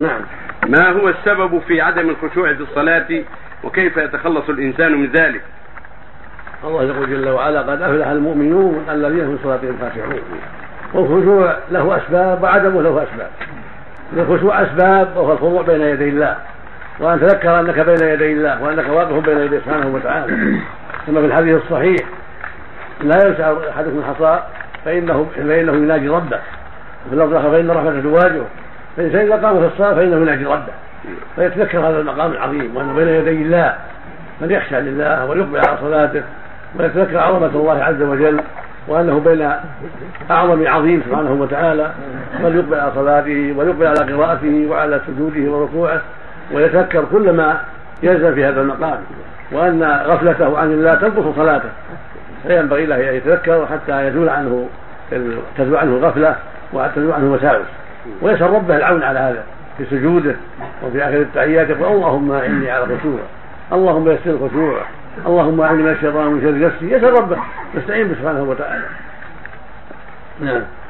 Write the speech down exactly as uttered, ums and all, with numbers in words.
نعم. ما هو السبب في عدم الخشوع في الصلاة وكيف يتخلص الإنسان من ذلك؟ الله يقول جل وعلا: قد أفلح المؤمنون الذين في صلاتهم خاشعون. والخشوع له أسباب وعدمه له أسباب. الخشوع أسباب وهو الخضوع بين يدي الله، وأن تذكر أنك بين يدي الله وأنك واقف بين يديه سبحانه وتعالى، كما في الحديث الصحيح: لا يسع أحدكم الحصى فإنه فإنه يناجي ربه، وفي اللفظ الآخر: فإن رحمته تواجهه. فالإنسان إذا قام في الصلاة فإنه يناجي ربه، فيتذكر هذا المقام العظيم وأنه بين يدي الله، فليخشى لله ويقبل على صلاته ويتذكر عظمة الله عز وجل وأنه بين أعظم عظيم سبحانه وتعالى، فليقبل على صلاته ويقبل على قراءته وعلى سجوده وركوعه، ويتذكر كل ما يلزم في هذا المقام، وأن غفلته عن الله تنقص صلاته، فينبغي له أن يتذكر حتى يزول عنه تزول عنه الغفلة وتزول عنه الوساوس، ويسأل ربه العون على هذا في سجوده وفي آخر التحيات يقول: اللهم إني على الخشوع، اللهم يسر الخشوع، اللهم أعني من الشيطان ومن شر نفسي. يسأل ربه يستعين به سبحانه وتعالى. نعم.